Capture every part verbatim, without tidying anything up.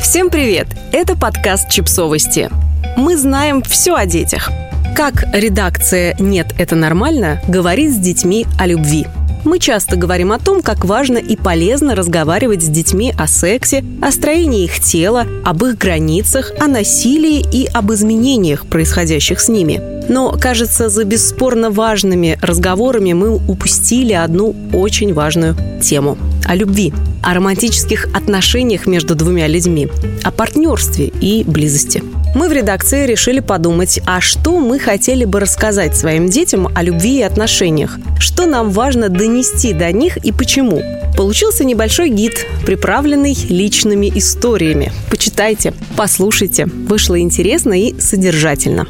Всем привет! Это подкаст «Чипсовости». Мы знаем все о детях. Как редакция «Нет, это нормально» говорит с детьми о любви. Мы часто говорим о том, как важно и полезно разговаривать с детьми о сексе, о строении их тела, об их границах, о насилии и об изменениях, происходящих с ними. Но, кажется, за бесспорно важными разговорами мы упустили одну очень важную тему – о любви, о романтических отношениях между двумя людьми, о партнерстве и близости. Мы в редакции решили подумать, а что мы хотели бы рассказать своим детям о любви и отношениях, что нам важно донести до них и почему. Получился небольшой гид, приправленный личными историями. Почитайте, послушайте, вышло интересно и содержательно.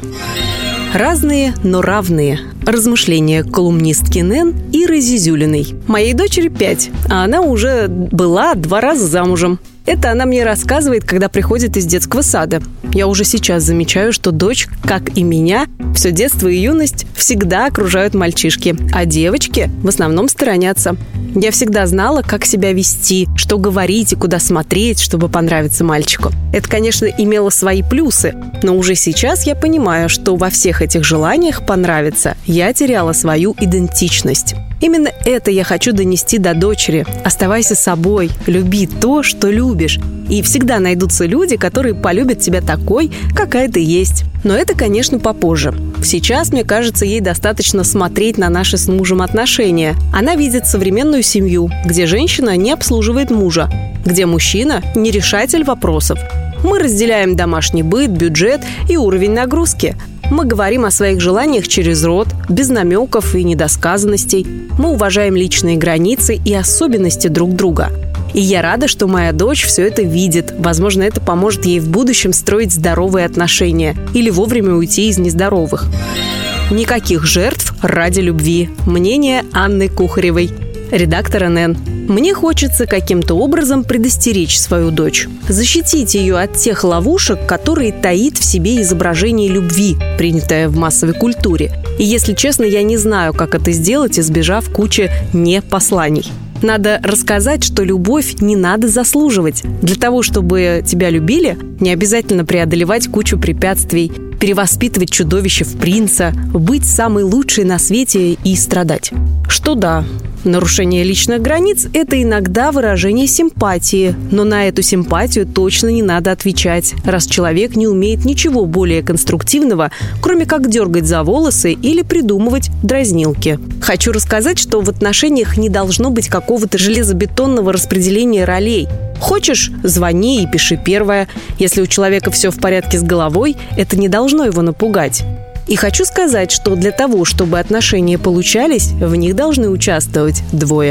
Разные, но равные. Размышления колумнистки Нэн Иры Зизюлиной. Моей дочери пять, а она уже была два раза замужем. Это она мне рассказывает, когда приходит из детского сада. Я уже сейчас замечаю, что дочь, как и меня, все детство и юность всегда окружают мальчишки, а девочки в основном сторонятся. Я всегда знала, как себя вести, что говорить и куда смотреть, чтобы понравиться мальчику. Это, конечно, имело свои плюсы, но уже сейчас я понимаю, что во всех этих желаниях понравиться я теряла свою идентичность. Именно это я хочу донести до дочери. Оставайся собой, люби то, что любишь. И всегда найдутся люди, которые полюбят тебя такой, какая ты есть. Но это, конечно, попозже. Сейчас, мне кажется, ей достаточно смотреть на наши с мужем отношения. Она видит современную семью, где женщина не обслуживает мужа, где мужчина – не решатель вопросов. Мы разделяем домашний быт, бюджет и уровень нагрузки. Мы говорим о своих желаниях через рот, без намеков и недосказанностей. Мы уважаем личные границы и особенности друг друга. И я рада, что моя дочь все это видит. Возможно, это поможет ей в будущем строить здоровые отношения или вовремя уйти из нездоровых. Никаких жертв ради любви. Мнение Анны Кухаревой, редактора Нэн. Мне хочется каким-то образом предостеречь свою дочь, защитить ее от тех ловушек, которые таит в себе изображение любви, принятое в массовой культуре. И, если честно, я не знаю, как это сделать, избежав кучи «не-посланий». Надо рассказать, что любовь не надо заслуживать. Для того, чтобы тебя любили, не обязательно преодолевать кучу препятствий, перевоспитывать чудовище в принца, быть самой лучшей на свете и страдать. Что да, нарушение личных границ – это иногда выражение симпатии, но на эту симпатию точно не надо отвечать, раз человек не умеет ничего более конструктивного, кроме как дергать за волосы или придумывать дразнилки. Хочу рассказать, что в отношениях не должно быть какого-то железобетонного распределения ролей. Хочешь – звони и пиши первое. Если у человека все в порядке с головой, это не должно его напугать. И хочу сказать, что для того, чтобы отношения получались, в них должны участвовать двое.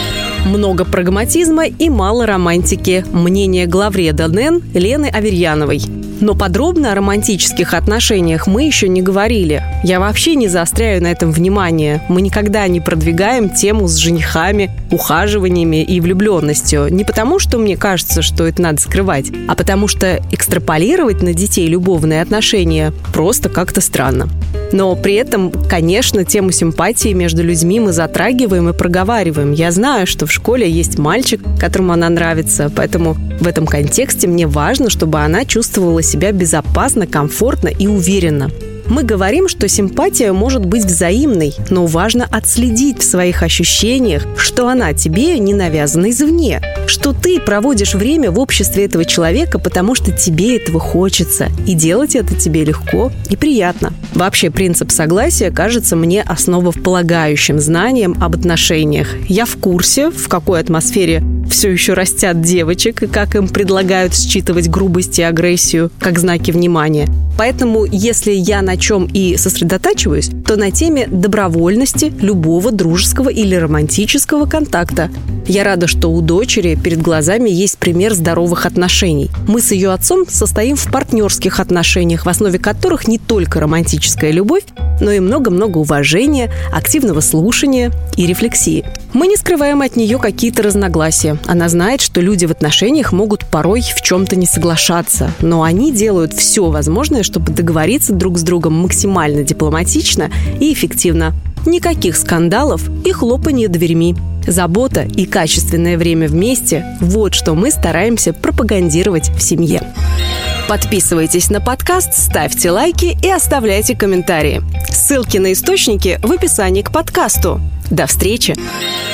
Много прагматизма и мало романтики. Мнение главреда Нэн Лены Аверьяновой. Но подробно о романтических отношениях мы еще не говорили. Я вообще не заостряю на этом внимание. Мы никогда не продвигаем тему с женихами, ухаживаниями и влюбленностью. Не потому, что мне кажется, что это надо скрывать, а потому что экстраполировать на детей любовные отношения просто как-то странно. Но при этом, конечно, тему симпатии между людьми мы затрагиваем и проговариваем. Я знаю, что в школе есть мальчик, которому она нравится, поэтому в этом контексте мне важно, чтобы она чувствовала себя безопасно, комфортно и уверенно. Мы говорим, что симпатия может быть взаимной, но важно отследить в своих ощущениях, что она тебе не навязана извне, что ты проводишь время в обществе этого человека, потому что тебе этого хочется, и делать это тебе легко и приятно. Вообще, принцип согласия кажется мне основополагающим знанием об отношениях. Я в курсе, в какой атмосфере все еще растят девочек и как им предлагают считывать грубость и агрессию как знаки внимания. Поэтому, если я на чем и сосредотачиваюсь, то на теме добровольности любого дружеского или романтического контакта. Я рада, что у дочери перед глазами есть пример здоровых отношений. Мы с ее отцом состоим в партнерских отношениях, в основе которых не только романтическая любовь, но и много-много уважения, активного слушания и рефлексии. Мы не скрываем от нее какие-то разногласия. Она знает, что люди в отношениях могут порой в чем-то не соглашаться, но они делают все возможное, чтобы договориться друг с другом максимально дипломатично и эффективно. Никаких скандалов и хлопанья дверьми. Забота и качественное время вместе – вот что мы стараемся пропагандировать в семье. Подписывайтесь на подкаст, ставьте лайки и оставляйте комментарии. Ссылки на источники в описании к подкасту. До встречи!